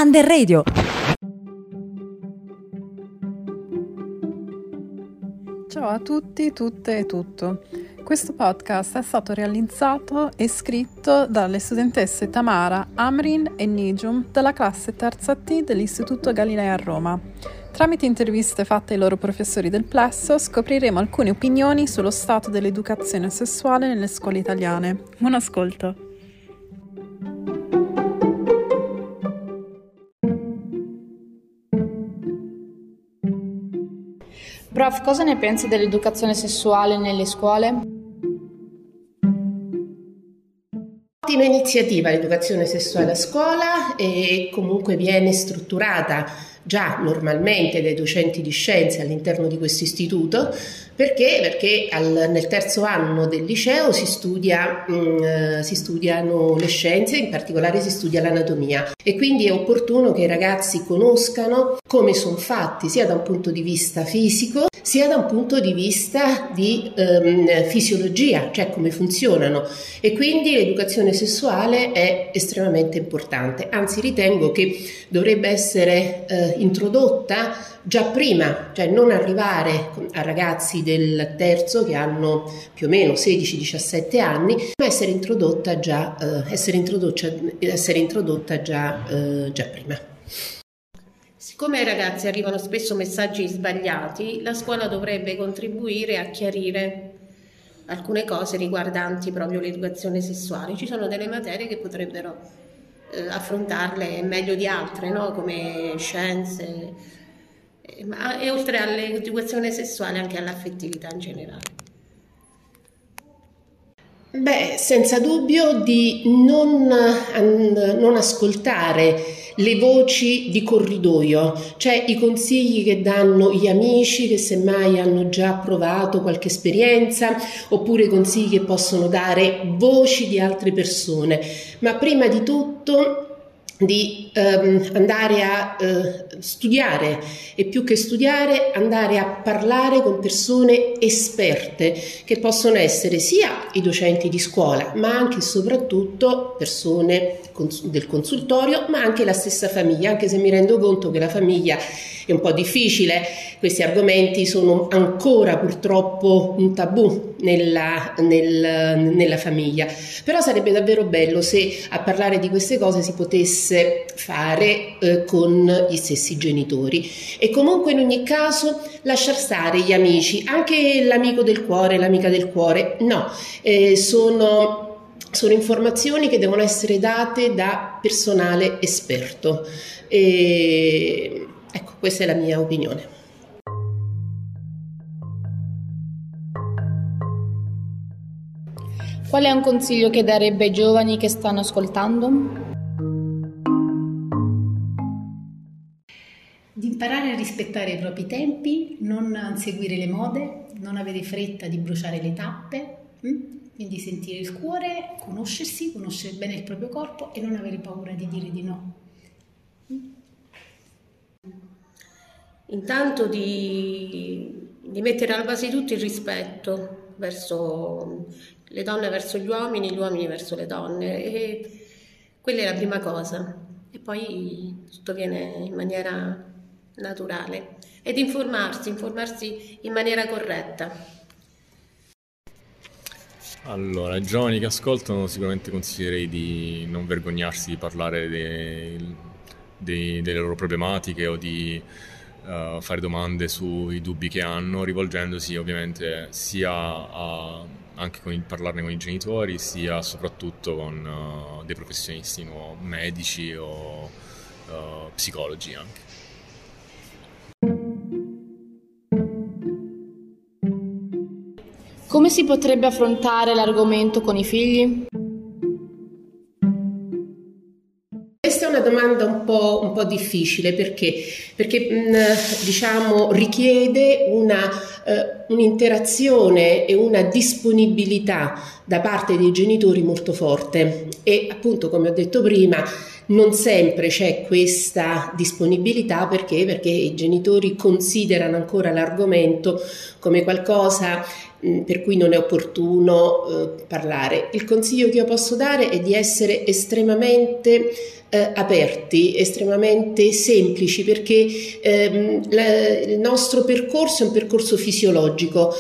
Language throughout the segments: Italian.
Under Radio. Ciao a tutti, tutte e tutto. Questo podcast è stato realizzato e scritto dalle studentesse Tamara, Amrin e Nijum della classe terza T dell'Istituto Galilei a Roma. Tramite interviste fatte ai loro professori del plesso scopriremo alcune opinioni sullo stato dell'educazione sessuale nelle scuole italiane. Buon ascolto! Prof, cosa ne pensi dell'educazione sessuale nelle scuole? Ottima iniziativa l'educazione sessuale a scuola e comunque viene strutturata già normalmente dai docenti di scienze all'interno di questo istituto. Perché nel terzo anno del liceo si studiano le scienze, in particolare si studia l'anatomia, e quindi è opportuno che i ragazzi conoscano come sono fatti sia da un punto di vista fisico sia da un punto di vista di fisiologia, cioè come funzionano, e quindi l'educazione sessuale è estremamente importante, anzi ritengo che dovrebbe essere introdotta già prima, cioè non arrivare a ragazzi del terzo che hanno più o meno 16-17 anni, ma essere introdotta già prima. Siccome ai ragazzi arrivano spesso messaggi sbagliati, la scuola dovrebbe contribuire a chiarire alcune cose riguardanti proprio l'educazione sessuale. Ci sono delle materie che potrebbero affrontarle meglio di altre, no? Come scienze, e oltre all'educazione sessuale anche all'affettività in generale. Beh, senza dubbio di non ascoltare le voci di corridoio, cioè i consigli che danno gli amici che semmai hanno già provato qualche esperienza, oppure consigli che possono dare voci di altre persone, ma prima di tutto di andare a studiare, e più che studiare andare a parlare con persone esperte che possono essere sia i docenti di scuola ma anche e soprattutto persone del consultorio, ma anche la stessa famiglia, anche se mi rendo conto che la famiglia è un po' difficile. Questi argomenti sono ancora purtroppo un tabù nella famiglia, però sarebbe davvero bello se a parlare di queste cose si potesse fare con gli stessi genitori, e comunque in ogni caso lasciar stare gli amici, anche l'amico del cuore, l'amica del cuore, no, sono informazioni che devono essere date da personale esperto. Ecco, questa è la mia opinione. Qual è un consiglio che darebbe ai giovani che stanno ascoltando? Di imparare a rispettare i propri tempi, non seguire le mode, non avere fretta di bruciare le tappe, quindi sentire il cuore, conoscersi, conoscere bene il proprio corpo e non avere paura di dire di no. Intanto di mettere alla base di tutto il rispetto verso le donne, verso gli uomini verso le donne, e quella è la prima cosa, e poi tutto viene in maniera naturale, ed informarsi in maniera corretta. Allora, ai giovani che ascoltano sicuramente consiglierei di non vergognarsi di parlare delle loro problematiche o di fare domande sui dubbi che hanno, rivolgendosi ovviamente sia anche parlarne con i genitori, sia soprattutto con dei professionisti medici o psicologi anche. Come si potrebbe affrontare l'argomento con i figli? Questa è una domanda un po' difficile perché diciamo richiede un'interazione e una disponibilità da parte dei genitori molto forte e appunto, come ho detto prima, non sempre c'è questa disponibilità perché i genitori considerano ancora l'argomento come qualcosa per cui non è opportuno parlare. Il consiglio che io posso dare è di essere estremamente aperti, estremamente semplici, perché il nostro percorso è un percorso fisiologico.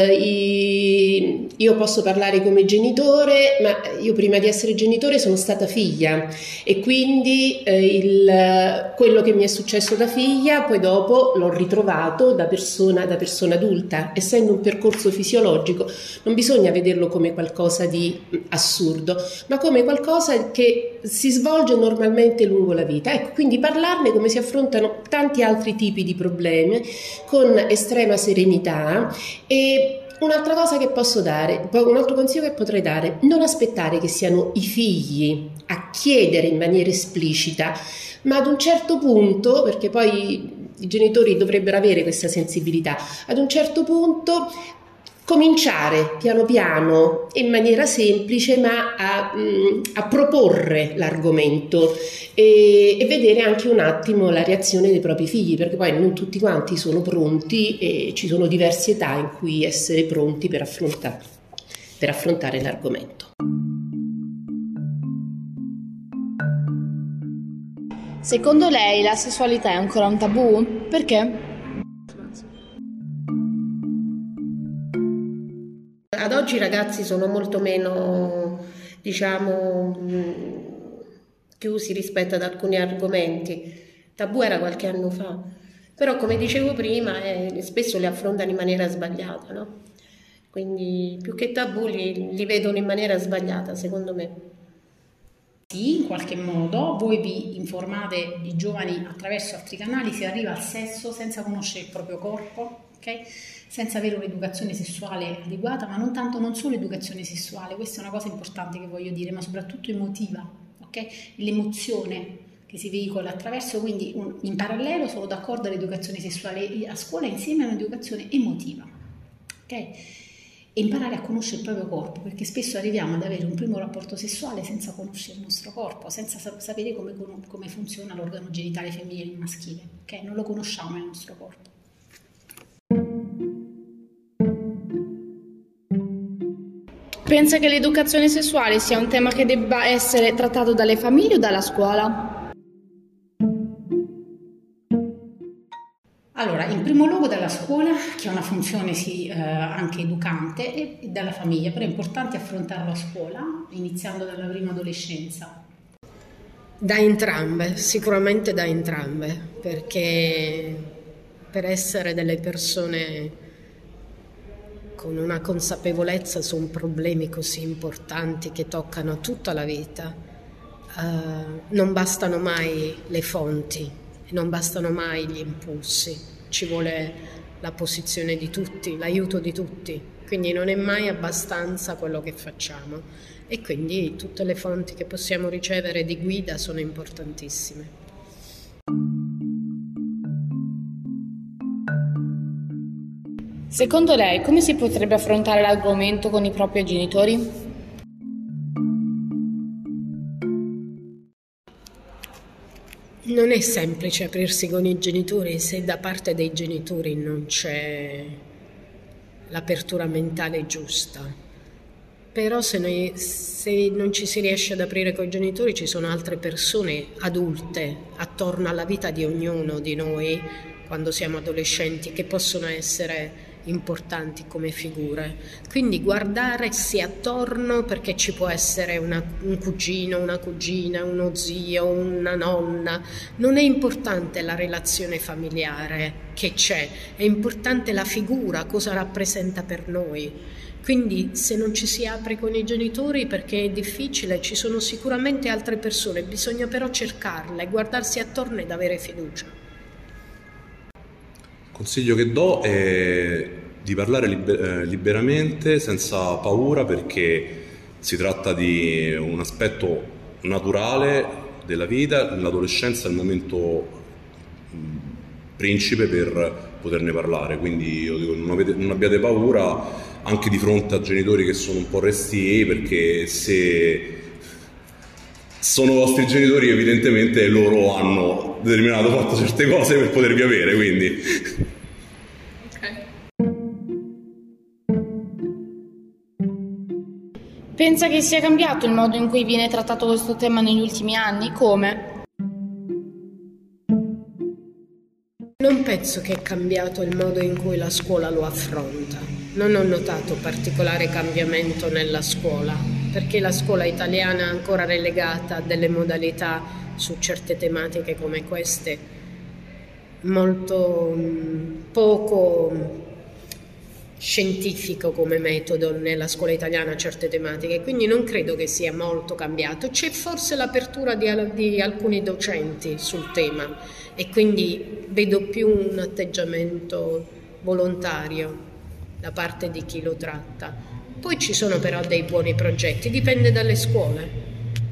Io posso parlare come genitore, ma io prima di essere genitore sono stata figlia e quindi quello che mi è successo da figlia poi dopo l'ho ritrovato da persona adulta. Essendo un percorso fisiologico non bisogna vederlo come qualcosa di assurdo, ma come qualcosa che si svolge normalmente lungo la vita. Ecco, quindi parlarne come si affrontano tanti altri tipi di problemi con estrema serenità. E un'altra cosa che posso dare, un altro consiglio che potrei dare: non aspettare che siano i figli a chiedere in maniera esplicita, ma ad un certo punto, perché poi i genitori dovrebbero avere questa sensibilità, ad un certo punto cominciare piano piano, in maniera semplice, ma a proporre l'argomento e vedere anche un attimo la reazione dei propri figli, perché poi non tutti quanti sono pronti e ci sono diverse età in cui essere pronti per affrontare l'argomento. Secondo lei la sessualità è ancora un tabù? Perché? Ad oggi i ragazzi sono molto meno, chiusi rispetto ad alcuni argomenti. Tabù era qualche anno fa, però come dicevo prima spesso li affrontano in maniera sbagliata, no? Quindi più che tabù li vedono in maniera sbagliata, secondo me. Sì, in qualche modo voi vi informate i giovani attraverso altri canali, si arriva al sesso senza conoscere il proprio corpo, ok? Senza avere un'educazione sessuale adeguata, ma non solo educazione sessuale, questa è una cosa importante che voglio dire, ma soprattutto emotiva, ok? L'emozione che si veicola attraverso, quindi in parallelo sono d'accordo all'educazione sessuale a scuola insieme a un'educazione emotiva, ok? E imparare a conoscere il proprio corpo, perché spesso arriviamo ad avere un primo rapporto sessuale senza conoscere il nostro corpo, senza sapere come funziona l'organo genitale femminile e maschile, ok? Non lo conosciamo il nostro corpo. Pensa che l'educazione sessuale sia un tema che debba essere trattato dalle famiglie o dalla scuola? Allora, in primo luogo dalla scuola, che ha una funzione anche educante, e dalla famiglia, però è importante affrontarlo a scuola, iniziando dalla prima adolescenza. Da entrambe, sicuramente da entrambe, perché per essere delle persone con una consapevolezza su problemi così importanti che toccano tutta la vita, non bastano mai le fonti, non bastano mai gli impulsi, ci vuole la posizione di tutti, l'aiuto di tutti, quindi non è mai abbastanza quello che facciamo e quindi tutte le fonti che possiamo ricevere di guida sono importantissime. Secondo lei, come si potrebbe affrontare l'argomento con i propri genitori? Non è semplice aprirsi con i genitori se da parte dei genitori non c'è l'apertura mentale giusta. Però se non ci si riesce ad aprire con i genitori, ci sono altre persone adulte attorno alla vita di ognuno di noi quando siamo adolescenti che possono essere importanti come figure, quindi guardarsi attorno, perché ci può essere un cugino, una cugina, uno zio, una nonna. Non è importante la relazione familiare che c'è, è importante la figura, cosa rappresenta per noi. Quindi se non ci si apre con i genitori perché è difficile, ci sono sicuramente altre persone, bisogna però cercarle, guardarsi attorno ed avere fiducia. Il consiglio che do è di parlare liberamente, senza paura, perché si tratta di un aspetto naturale della vita. L'adolescenza è il momento principe per poterne parlare, quindi io dico non abbiate paura, anche di fronte a genitori che sono un po' restii, perché se sono vostri genitori evidentemente loro hanno determinato fatto certe cose per potervi avere, quindi... Pensa che sia cambiato il modo in cui viene trattato questo tema negli ultimi anni? Come? Non penso che è cambiato il modo in cui la scuola lo affronta. Non ho notato particolare cambiamento nella scuola, perché la scuola italiana è ancora relegata a delle modalità su certe tematiche come queste molto poco scientifico come metodo nella scuola italiana certe tematiche, quindi non credo che sia molto cambiato. C'è forse l'apertura di alcuni docenti sul tema e quindi vedo più un atteggiamento volontario da parte di chi lo tratta. Poi ci sono però dei buoni progetti, dipende dalle scuole.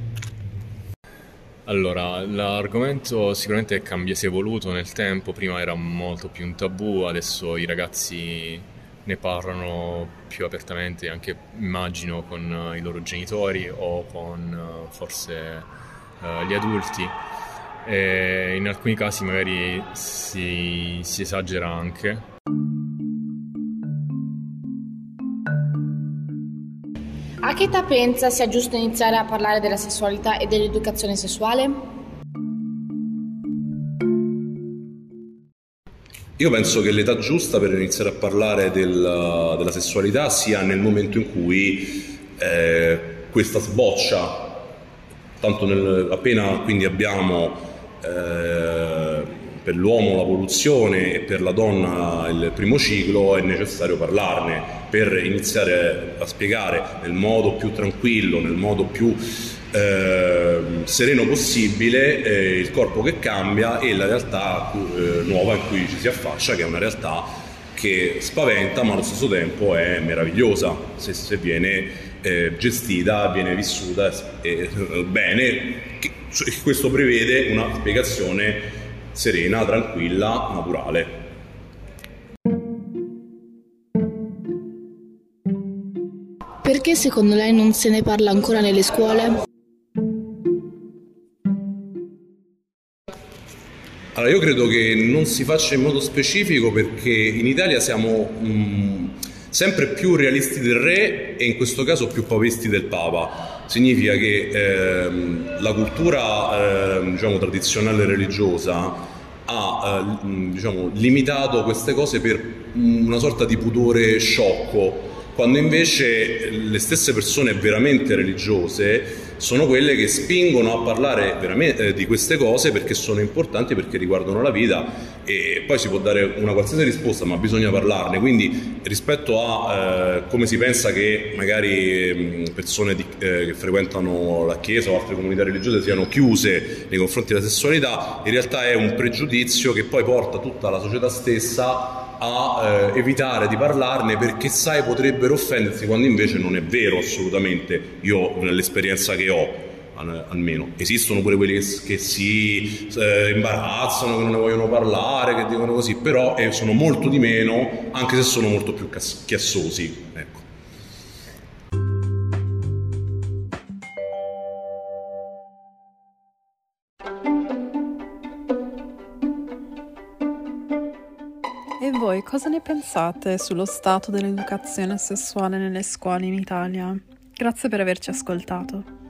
Allora, l'argomento sicuramente si è evoluto nel tempo, prima era molto più un tabù, adesso i ragazzi ne parlano più apertamente, anche immagino con i loro genitori o con forse gli adulti, e in alcuni casi magari si esagera anche. A che età pensa sia giusto iniziare a parlare della sessualità e dell'educazione sessuale? Io penso che l'età giusta per iniziare a parlare della sessualità sia nel momento in cui questa sboccia, appena quindi abbiamo per l'uomo la poluzione e per la donna il primo ciclo, è necessario parlarne per iniziare a spiegare nel modo più tranquillo, nel modo più sereno possibile il corpo che cambia e la realtà nuova in cui ci si affaccia, che è una realtà che spaventa ma allo stesso tempo è meravigliosa se viene gestita, viene vissuta bene. Questo prevede una spiegazione serena, tranquilla, naturale. Perché secondo lei non se ne parla ancora nelle scuole? Allora, io credo che non si faccia in modo specifico perché in Italia siamo sempre più realisti del re e in questo caso più papisti del Papa. Significa che la cultura tradizionale religiosa ha limitato queste cose per una sorta di pudore sciocco, quando invece le stesse persone veramente religiose sono quelle che spingono a parlare veramente di queste cose perché sono importanti, perché riguardano la vita, e poi si può dare una qualsiasi risposta ma bisogna parlarne. Quindi rispetto a come si pensa che magari persone che frequentano la chiesa o altre comunità religiose siano chiuse nei confronti della sessualità, in realtà è un pregiudizio che poi porta tutta la società stessa a evitare di parlarne perché sai potrebbero offendersi, quando invece non è vero assolutamente. Io nell'esperienza che ho, almeno esistono pure quelli che si imbarazzano, che non ne vogliono parlare, che dicono così, però sono molto di meno, anche se sono molto più chiassosi, ecco. E voi cosa ne pensate sullo stato dell'educazione sessuale nelle scuole in Italia? Grazie per averci ascoltato.